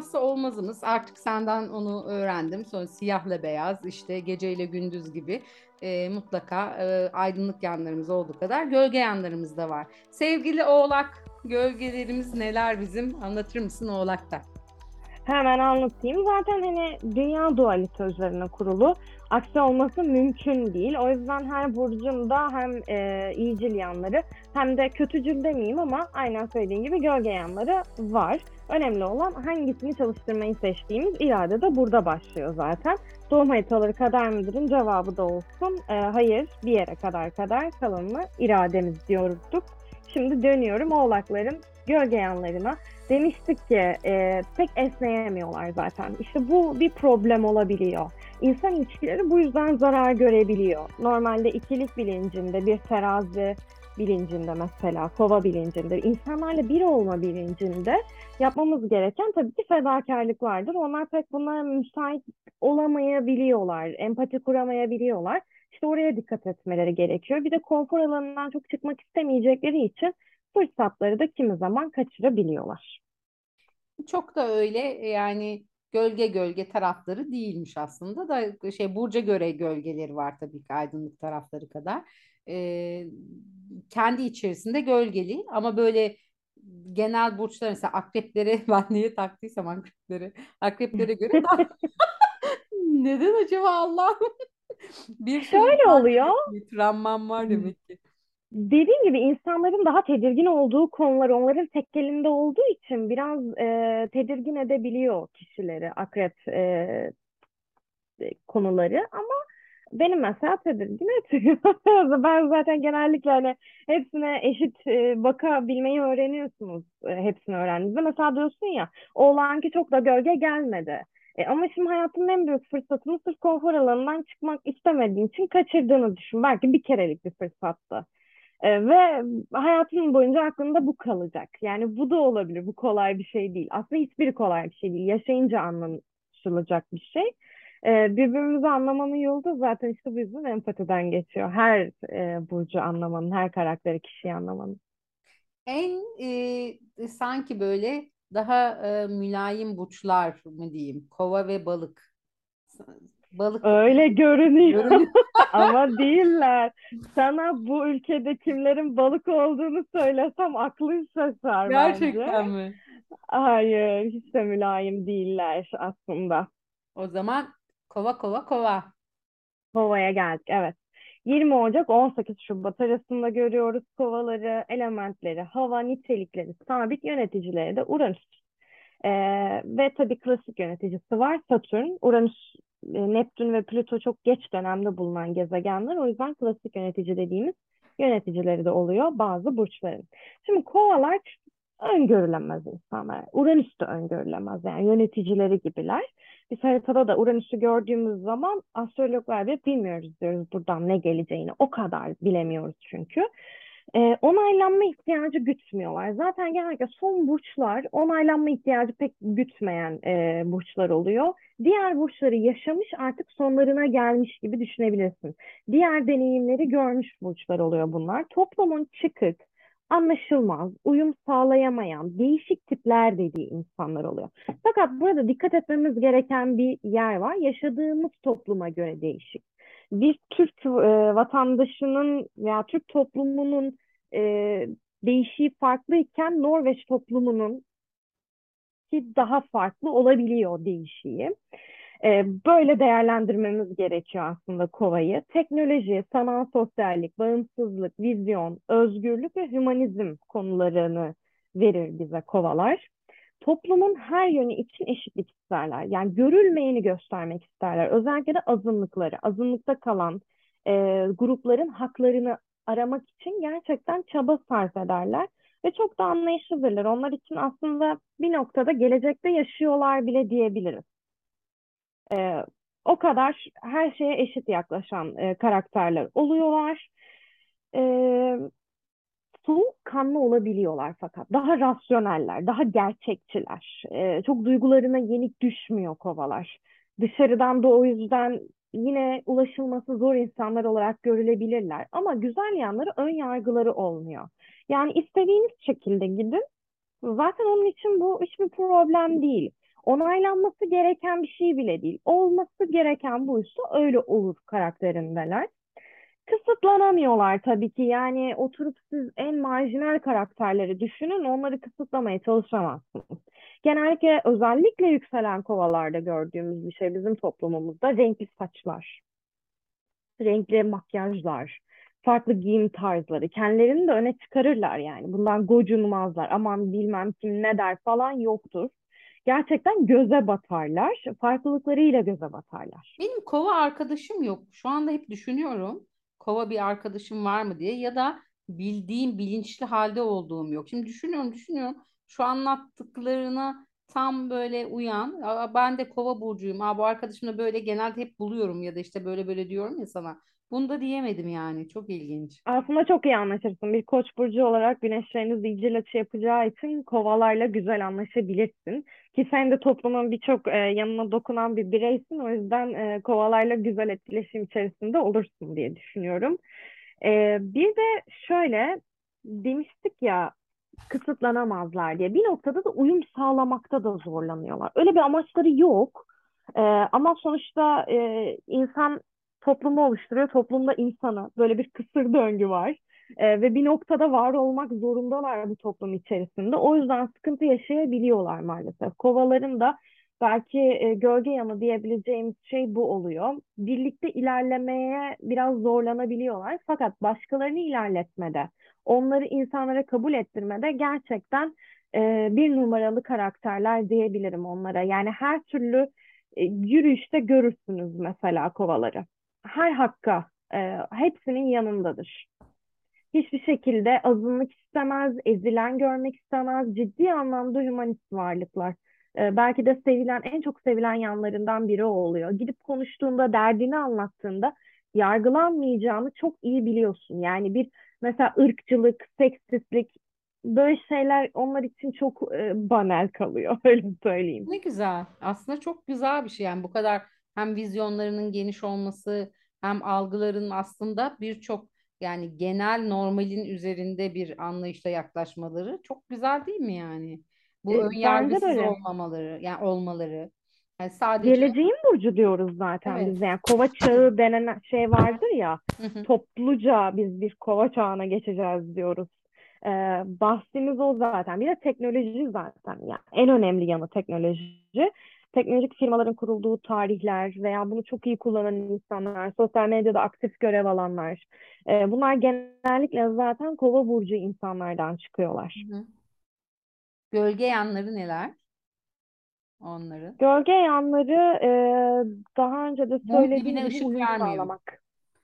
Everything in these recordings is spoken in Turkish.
olmazsa olmazımız. Artık senden onu öğrendim. Sonra siyahla beyaz, işte geceyle gündüz gibi mutlaka aydınlık yanlarımız olduğu kadar gölge yanlarımız da var. Sevgili Oğlak, gölgelerimiz neler bizim? Anlatır mısın Oğlak'ta? Hemen anlatayım. Zaten hani dünya dualite üzerine kurulu. Aksi olması mümkün değil. O yüzden her burcun da hem iyicil yanları hem de kötücül demeyeyim ama aynen söylediğin gibi gölge yanları var. Önemli olan hangisini çalıştırmayı seçtiğimiz irade de burada başlıyor zaten. Doğum haritaları kader midir'in cevabı da olsun. Hayır, bir yere kadar kalanını irademiz diyorduk. Şimdi dönüyorum oğlakların gölge yanlarına. Demiştik ki pek esneyemiyorlar zaten. İşte bu bir problem olabiliyor. İnsan ilişkileri bu yüzden zarar görebiliyor. Normalde ikilik bilincinde, bir terazi bilincinde mesela, kova bilincinde, insanlarla bir olma bilincinde yapmamız gereken tabii ki fedakarlık vardır. Onlar pek buna müsait olamayabiliyorlar, empati kuramayabiliyorlar. İşte oraya dikkat etmeleri gerekiyor. Bir de konfor alanından çok çıkmak istemeyecekleri için fırsatları da kimi zaman kaçırabiliyorlar. Çok da öyle yani gölge gölge tarafları değilmiş aslında da şey burca göre gölgeleri var tabii ki aydınlık tarafları kadar. Ee, Kendi içerisinde gölgeli ama böyle genel burçlar mesela akreplere ben niye taktıysam akreplere göre daha neden acaba Allah bir şeyim Şöyle var oluyor. demek ki travmam var demek ki. Dediğim gibi insanların daha tedirgin olduğu konular onların tek elinde olduğu için biraz tedirgin edebiliyor kişileri akrep konuları ama benim mesela tedirgin etmiyor. Ben zaten genellikle hani hepsine eşit bakabilmeyi öğreniyorsunuz hepsini öğrendiğinizde. Mesela diyorsun ya oğlanki çok da gölge gelmedi. Ama şimdi hayatının en büyük fırsatını sırf konfor alanından çıkmak istemediğin için kaçırdığını düşün. Belki bir kerelik bir fırsattı. Ve hayatının boyunca aklında bu kalacak. Yani bu da olabilir. Bu kolay bir şey değil. Aslında hiçbiri kolay bir şey değil. Yaşayınca anlaşılacak bir şey. Birbirimizi anlamanın yolu da zaten işte bu yüzden empatiden geçiyor. Her burcu anlamanın, her karakteri, kişiyi anlamanın. En sanki böyle daha mülayim burçlar mı diyeyim? Kova ve balık. Balık Öyle görünüyor görünüyor. ama değiller. Sana bu ülkede kimlerin balık olduğunu söylesem aklın şaşar bence. Gerçekten mi? Hayır, hiç de mülayim değiller aslında. O zaman kova kova kova. Kova'ya geldik, evet. 20 Ocak 18 Şubat arasında görüyoruz kovaları, elementleri, hava nitelikleri, sabit yöneticileri de Uranüs. Ve tabii klasik yöneticisi var Satürn. Uranüs, Neptün ve Plüto çok geç dönemde bulunan gezegenler. O yüzden klasik yönetici dediğimiz yöneticileri de oluyor bazı burçların. Şimdi kovalar öngörülemez insanlar. Uranüs de öngörülemez yani yöneticileri gibiler. Biz haritada da Uranüs'ü gördüğümüz zaman astrologlar bile bilmiyoruz diyoruz buradan ne geleceğini. O kadar bilemiyoruz çünkü. Onaylanma ihtiyacı gütmüyorlar. Zaten genellikle son burçlar onaylanma ihtiyacı pek gütmeyen burçlar oluyor. Diğer burçları yaşamış artık sonlarına gelmiş gibi düşünebilirsin. Diğer deneyimleri görmüş burçlar oluyor bunlar. Toplumun çıkık, anlaşılmaz, uyum sağlayamayan, değişik tipler dediği insanlar oluyor. Fakat burada dikkat etmemiz gereken bir yer var. Yaşadığımız topluma göre değişik. Bir Türk vatandaşının veya Türk toplumunun e, değişiği farklıyken Norveç toplumunun ki daha farklı olabiliyor değişiği. Böyle değerlendirmemiz gerekiyor aslında kovayı. Teknoloji, sanal sosyallik, bağımsızlık, vizyon, özgürlük ve hümanizm konularını verir bize kovalar. Toplumun her yönü için eşitlik isterler. Yani görülmeyeni göstermek isterler. Özellikle de azınlıkları, azınlıkta kalan grupların haklarını aramak için gerçekten çaba sarf ederler. Ve çok da anlayışlıdırlar. Onlar için aslında bir noktada gelecekte yaşıyorlar bile diyebiliriz. E, O kadar her şeye eşit yaklaşan karakterler oluyorlar. E, Soğukkanlı olabiliyorlar fakat daha rasyoneller, daha gerçekçiler. Çok duygularına yenik düşmüyor kovalar. Dışarıdan da o yüzden yine ulaşılması zor insanlar olarak görülebilirler. Ama güzel yanları ön yargıları olmuyor. Yani istediğiniz şekilde gidin. Zaten onun için bu hiçbir problem değil. Onaylanması gereken bir şey bile değil. Olması gereken buysa öyle olur karakterindeler. Kısıtlanamıyorlar tabii ki. Yani oturup siz en marjinal karakterleri düşünün, onları kısıtlamaya çalışamazsınız. Genellikle özellikle yükselen kovalarda gördüğümüz bir şey bizim toplumumuzda renkli saçlar, renkli makyajlar, farklı giyim tarzları. Kendilerini de öne çıkarırlar yani. Bundan gocunmazlar. Aman bilmem kim ne der falan yoktur. Gerçekten göze batarlar. Farklılıklarıyla göze batarlar. Benim kova arkadaşım yok. Şu anda hep düşünüyorum. Kova bir arkadaşım var mı diye ya da bildiğim, bilinçli halde olduğum yok. Şimdi düşünüyorum. Şu anlattıklarına tam böyle uyan. Aa, ben de kova burcuyum. Aa, bu arkadaşım da böyle genelde hep buluyorum ya da işte böyle böyle diyorum ya sana. Bunu da diyemedim yani. Çok ilginç. Aslında çok iyi anlaşırsın. Bir koç burcu olarak güneşleriniz iyicil açı yapacağı için kovalarla güzel anlaşabilirsin. Ki sen de toplumun birçok yanına dokunan bir bireysin. O yüzden kovalarla güzel etkileşim içerisinde olursun diye düşünüyorum. Bir de şöyle demiştik ya, kısıtlanamazlar diye. Bir noktada da uyum sağlamakta da zorlanıyorlar. Öyle bir amaçları yok. Ama sonuçta insan toplumu oluşturuyor. Toplumda insanı. Böyle bir kısır döngü var. Ve bir noktada var olmak zorundalar bu toplum içerisinde. O yüzden sıkıntı yaşayabiliyorlar maalesef. Kovaların da belki gölge yanı diyebileceğimiz şey bu oluyor. Birlikte ilerlemeye biraz zorlanabiliyorlar. Fakat başkalarını ilerletmede, onları insanlara kabul ettirmede gerçekten bir numaralı karakterler diyebilirim onlara. Yani her türlü yürüyüşte görürsünüz mesela kovaları. Her hakka, hepsinin yanındadır. Hiçbir şekilde azınlık istemez, ezilen görmek istemez. Ciddi anlamda hümanist varlıklar. Belki de sevilen, en çok sevilen yanlarından biri o oluyor. Gidip konuştuğunda, derdini anlattığında yargılanmayacağını çok iyi biliyorsun. Yani bir mesela ırkçılık, seksistlik böyle şeyler onlar için çok banal kalıyor. Öyle söyleyeyim. Ne güzel. Aslında çok güzel bir şey. Yani bu kadar hem vizyonlarının geniş olması hem algıların aslında birçok yani genel normalin üzerinde bir anlayışla yaklaşmaları çok güzel değil mi yani? Bu ön Bence de yargısız öyle. olmamaları, yani olmaları. Yani sadece Geleceğin burcu diyoruz zaten evet. biz. Yani kova çağı denen şey vardır ya, Hı hı. topluca biz bir kova çağına geçeceğiz diyoruz. Ee, Bahsimiz o zaten. Bir de teknoloji zaten. Yani en önemli yanı teknoloji. Teknolojik firmaların kurulduğu tarihler veya bunu çok iyi kullanan insanlar, sosyal medyada aktif görev alanlar. Bunlar genellikle zaten kova burcu insanlardan Hı çıkıyorlar. hı. Gölge yanları neler onların? Gölge yanları daha önce de Mum söylediğim dibine gibi ışık uyum vermiyor. sağlamak.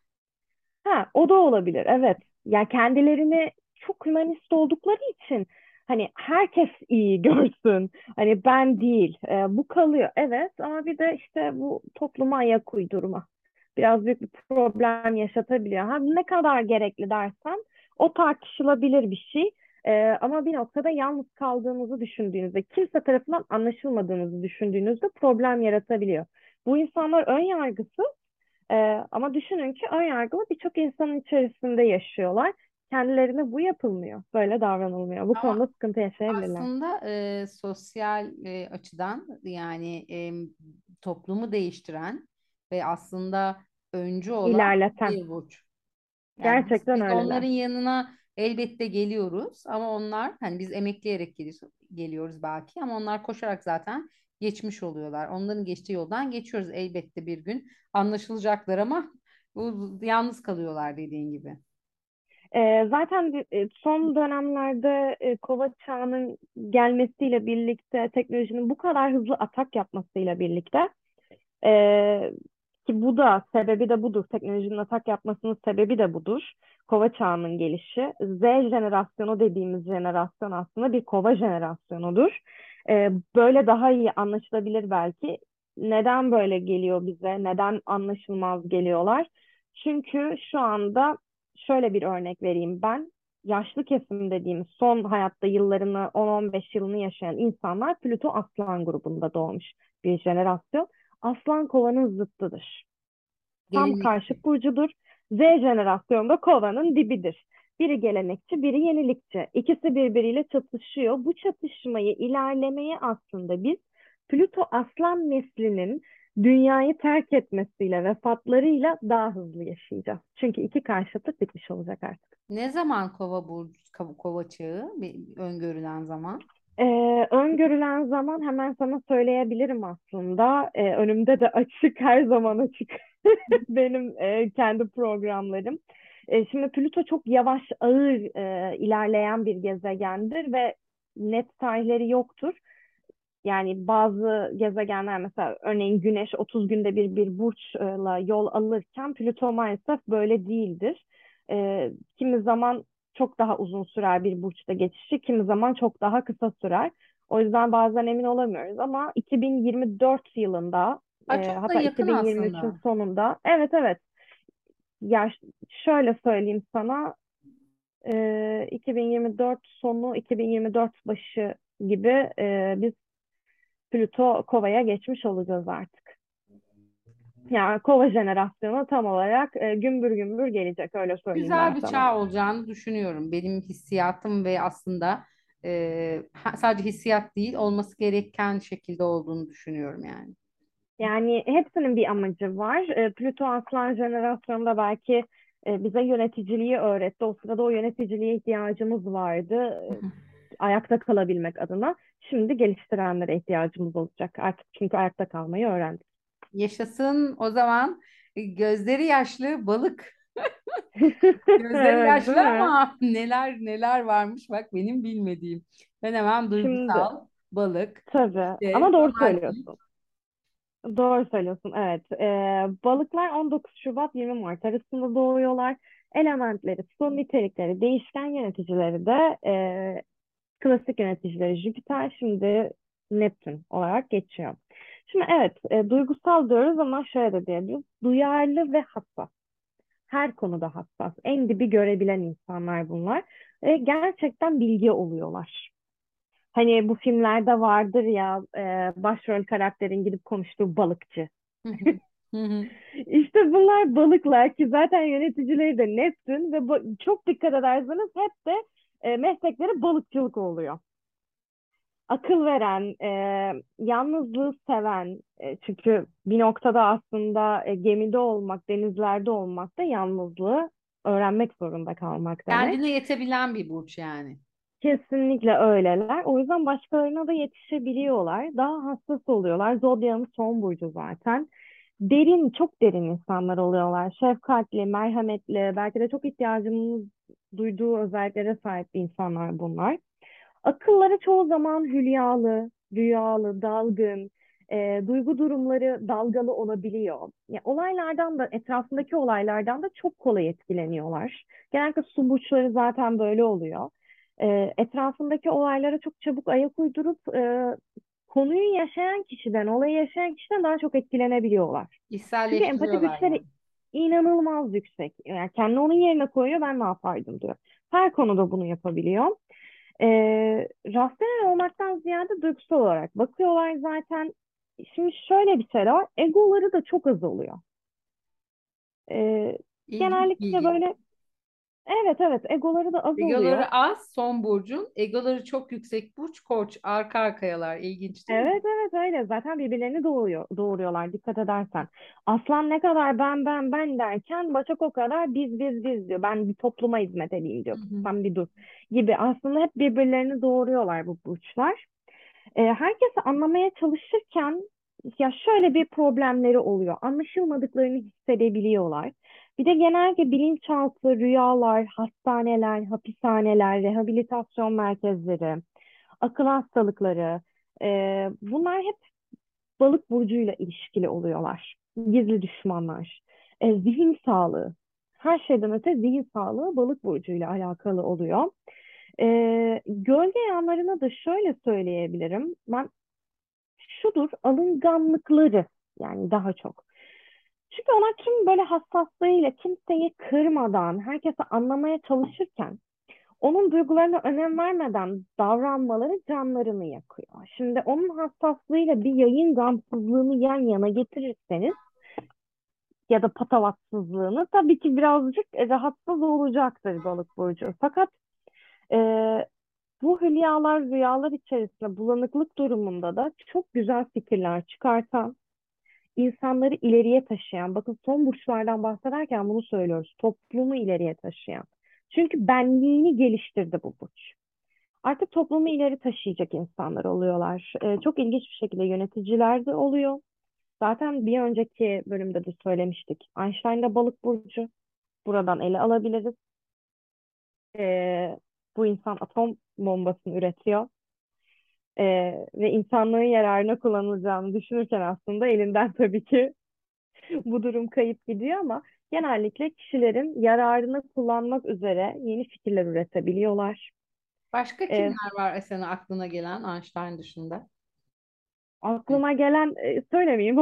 Ha, o da olabilir. Evet. Ya kendilerini çok hümanist oldukları için hani herkes iyi görsün. Hani ben değil. Bu kalıyor. Evet ama bir de işte bu topluma ayak uydurma. Biraz büyük bir problem yaşatabiliyor. Ha, ne kadar gerekli dersen o tartışılabilir bir şey. Ama bir noktada yalnız kaldığınızı düşündüğünüzde, kimse tarafından anlaşılmadığınızı düşündüğünüzde problem yaratabiliyor. Bu insanlar ön yargısı ama düşünün ki ön yargılı birçok insanın içerisinde yaşıyorlar. Kendilerine bu yapılmıyor. Böyle davranılmıyor. Bu konuda sıkıntı yaşayabilirler. Aslında sosyal açıdan yani toplumu değiştiren ve aslında öncü olan İlerleten. bir burç. Yani Gerçekten biz onların öyleler. yanına elbette geliyoruz ama onlar hani biz emekleyerek geliyoruz belki ama onlar koşarak zaten geçmiş oluyorlar. Onların geçtiği yoldan geçiyoruz elbette bir gün anlaşılacaklar ama bu yalnız kalıyorlar dediğin gibi. Zaten son dönemlerde Kova çağının gelmesiyle birlikte teknolojinin bu kadar hızlı atak yapmasıyla birlikte Ee, ki bu da sebebi de budur. Teknolojinin atak yapmasının sebebi de budur. Kova çağının gelişi. Z jenerasyonu dediğimiz jenerasyon aslında bir kova jenerasyonudur. Böyle daha iyi anlaşılabilir belki. Neden böyle geliyor bize? Neden anlaşılmaz geliyorlar? Çünkü şu anda şöyle bir örnek vereyim ben. Yaşlı kesim dediğimiz son hayatta yıllarını 10-15 yılını yaşayan insanlar Plüto Aslan grubunda doğmuş bir jenerasyon. Aslan kovanın zıttıdır. Tam Gelenekçi. karşıt burcudur. Z jenerasyonda kovanın dibidir. Biri gelenekçi, biri yenilikçi. İkisi birbiriyle çatışıyor. Bu çatışmayı, ilerlemeyi aslında biz Plüto aslan neslinin dünyayı terk etmesiyle, vefatlarıyla daha hızlı yaşayacağız. Çünkü iki karşıtlık bitmiş olacak artık. Ne zaman kova burcu, kova çağı bir öngörülen zaman? Öngörülen zaman hemen sana söyleyebilirim aslında. Önümde de açık, her zaman açık benim kendi programlarım. Şimdi Plüto çok yavaş, ağır ilerleyen bir gezegendir ve net tarihleri yoktur. Yani bazı gezegenler mesela örneğin Güneş 30 günde bir burçla yol alırken Plüto maalesef böyle değildir. Kimi zaman çok daha uzun sürer bir burçta geçişi, kimi zaman çok daha kısa sürer. O yüzden bazen emin olamıyoruz ama 2024 yılında Ha, çok da hatta yakın 2023'ün aslında. sonunda, evet evet, ya şöyle söyleyeyim sana, 2024 sonu 2024 başı gibi biz Plüto Kova'ya geçmiş olacağız artık. Yani Kova jenerasyonu tam olarak gümbür gümbür gelecek, öyle söyleyeyim ben Güzel bir sana. çağ olacağını düşünüyorum. Benim hissiyatım ve aslında sadece hissiyat değil, olması gereken şekilde olduğunu düşünüyorum yani. Yani hepsinin bir amacı var. Plüto Aslan jenerasyonunda belki bize yöneticiliği öğretti. O sırada o yöneticiliğe ihtiyacımız vardı. Ayakta kalabilmek adına. Şimdi geliştirenlere ihtiyacımız olacak. Artık çünkü ayakta kalmayı öğrendik. Yaşasın o zaman gözleri yaşlı balık. Gözleri Evet, değil yaşlı mi? ama neler neler varmış bak benim bilmediğim. Ben hemen Şimdi duygusal balık, tabii işte ama doğru romantik. söylüyorsun. Doğru söylüyorsun, evet. Balıklar 19 Şubat 20 Mart arasında doğuyorlar. Elementleri, su nitelikleri, değişken yöneticileri de klasik yöneticileri Jüpiter, şimdi Neptün olarak geçiyor. Şimdi evet, duygusal diyoruz ama şöyle de diyebiliriz. Duyarlı ve hassas. Her konuda hassas. En dibi görebilen insanlar bunlar. Gerçekten bilgi oluyorlar. Hani bu filmlerde vardır ya, başrol karakterin gidip konuştuğu balıkçı. Hı hı, hı hı. İşte bunlar balıklar ki zaten yöneticileri de Neptün ve çok dikkat ederseniz hep de meslekleri balıkçılık oluyor. Akıl veren, yalnızlığı seven, çünkü bir noktada aslında gemide olmak, denizlerde olmak da yalnızlığı öğrenmek zorunda kalmak demek. Kendine yetebilen bir burç yani. Kesinlikle öyleler. O yüzden başkalarına da yetişebiliyorlar. Daha hassas oluyorlar. Zodya'nın son burcu zaten. Derin, çok derin insanlar oluyorlar. Şefkatli, merhametli, belki de çok ihtiyacımız duyduğu özelliklere sahip insanlar bunlar. Akılları çoğu zaman hülyalı, rüyalı, dalgın, duygu durumları dalgalı olabiliyor. Ya, olaylardan da, etrafındaki olaylardan da çok kolay etkileniyorlar. Genellikle su burçları zaten böyle oluyor. Etrafındaki olaylara çok çabuk ayak uydurup konuyu yaşayan kişiden, olayı yaşayan kişiden daha çok etkilenebiliyorlar. Çünkü empati İçselleştiriyorlar güçleri yani. inanılmaz yüksek. Yani kendini onun yerine koyuyor, ben ne yapardım diyor. Her konuda bunu yapabiliyor. Rasyonel olmaktan ziyade duygusal olarak bakıyorlar zaten. Şimdi şöyle bir şey de var. Egoları da çok az oluyor. Ee, İlginç Genellikle bilgi. böyle, evet evet, egoları da az oluyor. Egoları az son burcun. Egoları çok yüksek burç koç. Arka arkayalar. İlginç değil mi? Evet evet, öyle. Zaten birbirlerini doğuruyorlar dikkat edersen. Aslan ne kadar ben derken Başak o kadar biz diyor. Ben bir topluma hizmet edeyim Hı diyor. hı. Sen bir dur gibi. Aslında hep birbirlerini doğuruyorlar bu burçlar. Herkesi anlamaya çalışırken ya şöyle bir problemleri oluyor. Anlaşılmadıklarını hissedebiliyorlar. Bir de genelde bilinçaltı, rüyalar, hastaneler, hapishaneler, rehabilitasyon merkezleri, akıl hastalıkları, bunlar hep balık burcuyla ilişkili oluyorlar. Gizli düşmanlar, zihin sağlığı. Her şeyden öte zihin sağlığı balık burcuyla alakalı oluyor. Gölge yanlarına da şöyle söyleyebilirim. Ben şudur, alınganlıkları, yani daha çok. Çünkü onlar tüm böyle hassaslığıyla kimseyi kırmadan herkesi anlamaya çalışırken onun duygularına önem vermeden davranmaları canlarını yakıyor. Şimdi onun hassaslığıyla bir yayın gamsızlığını yan yana getirirseniz ya da patavatsızlığını, tabii ki birazcık rahatsız olacaktır balık burcu. Fakat e, Bu hülyalar, rüyalar içerisinde bulanıklık durumunda da çok güzel fikirler çıkartan, insanları ileriye taşıyan, bakın son burçlardan bahsederken bunu söylüyoruz, toplumu ileriye taşıyan. Çünkü benliğini geliştirdi bu burç. Artık toplumu ileri taşıyacak insanlar oluyorlar. Çok ilginç bir şekilde yöneticiler de oluyor. Zaten bir önceki bölümde de söylemiştik. Einstein de balık burcu. Buradan ele alabiliriz. Bu insan atom bombasını üretiyor. Ve insanlığın yararına kullanılacağını düşünürken aslında elinden tabii ki bu durum kayıp gidiyor ama genellikle kişilerin yararını kullanmak üzere yeni fikirler üretebiliyorlar. Başka Ee, kimler var senin aklına gelen Einstein dışında? Aklıma gelen söylemeyeyim.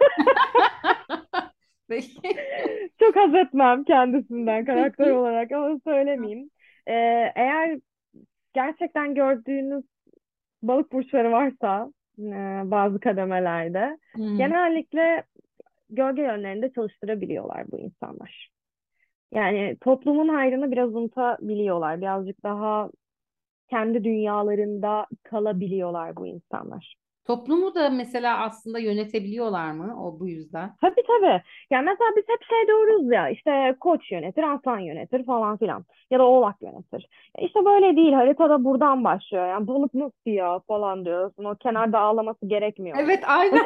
Peki. Çok haz etmem kendisinden karakter Peki. olarak ama söylemeyeyim. Ee, Eğer gerçekten gördüğünüz balık burçları varsa bazı kademelerde Hmm. genellikle gölge yönlerinde çalıştırabiliyorlar bu insanlar. Yani toplumun hayrını biraz unutabiliyorlar. Birazcık daha kendi dünyalarında kalabiliyorlar bu insanlar. Toplumu da mesela aslında yönetebiliyorlar mı o bu yüzden? Tabii tabii. Yani mesela biz hep şey diyoruz ya işte koç yönetir, aslan yönetir falan filan. Ya da oğlak yönetir. İşte böyle değil. Haritada buradan başlıyor. Yani balık nasıl ya falan diyorsun. O kenarda ağlaması gerekmiyor Evet, mu? aynen.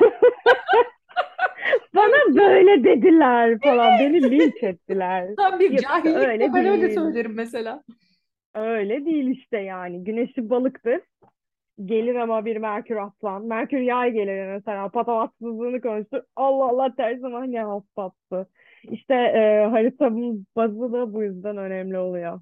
Bana böyle dediler falan. Beni linç ettiler. Tam bir Yok işte cahillikle öyle ben öyle değil. söylerim mesela. Öyle değil işte yani. Güneşi balıktır. Gelir ama bir Merkür Aslan. Merkür Yay gelir mesela. Patavatsızlığını konuştur. Allah Allah ters zaman ne hassattı. İşte haritamın bazı da bu yüzden önemli oluyor.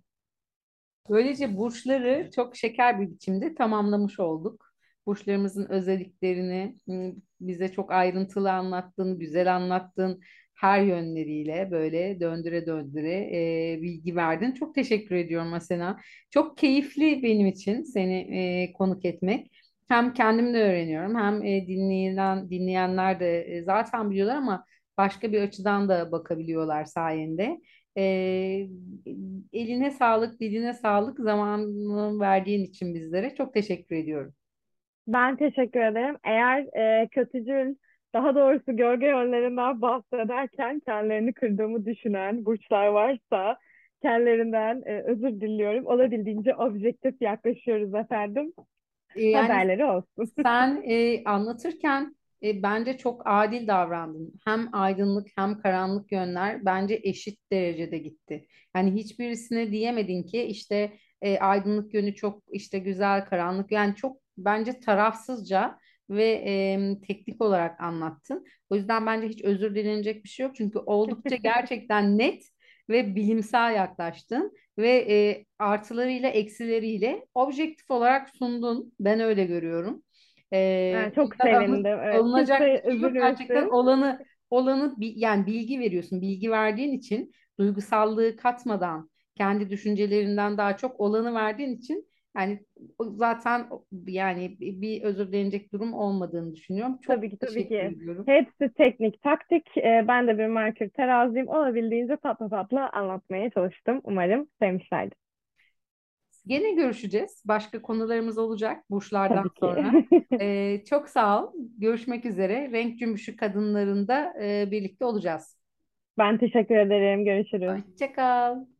Böylece burçları çok şeker bir biçimde tamamlamış olduk. Burçlarımızın özelliklerini bize çok ayrıntılı anlattın, güzel anlattın. Her yönleriyle böyle döndüre döndüre bilgi verdin. Çok teşekkür ediyorum Asena. Çok keyifli benim için seni konuk etmek. Hem kendim de öğreniyorum, hem dinleyenler de zaten biliyorlar ama başka bir açıdan da bakabiliyorlar sayende. Ee, Eline sağlık, diline sağlık, zamanını verdiğin için bizlere çok teşekkür ediyorum. Ben teşekkür ederim. Eğer kötücül, daha doğrusu gölge yönlerinden bahsederken kendilerini kırdığımı düşünen burçlar varsa kendilerinden özür diliyorum. Olabildiğince objektif yaklaşıyoruz efendim. Yani Haberleri olsun. sen anlatırken bence çok adil davrandın. Hem aydınlık hem karanlık yönler bence eşit derecede gitti. Yani hiçbirisine diyemedin ki işte aydınlık yönü çok işte güzel, karanlık yani çok bence tarafsızca ve teknik olarak anlattın. O yüzden bence hiç özür dilenecek bir şey yok. Çünkü oldukça gerçekten net ve bilimsel yaklaştın ve artılarıyla eksileriyle objektif olarak sundun. Ben öyle görüyorum. O Çok yüzden sevindim. Evet, alınacak bir kimse şey yok. Gerçekten üzülmesin. yani bilgi veriyorsun. Bilgi verdiğin için duygusallığı katmadan kendi düşüncelerinden daha çok olanı verdiğin için yani zaten yani bir özür dilenecek durum olmadığını düşünüyorum. Tabii Çok ki tabii teşekkür ki. ediyorum. Hepsi teknik, taktik. Ben de bir Merkür teraziyim. Olabildiğince tatlı tatlı anlatmaya çalıştım. Umarım sevmişlerdir. Gene görüşeceğiz. Başka konularımız olacak burçlardan Tabii ki. sonra. Çok sağ ol. Görüşmek üzere. Renk Cümbüşü kadınlarında birlikte olacağız. Ben teşekkür ederim. Görüşürüz. Hoşça kal.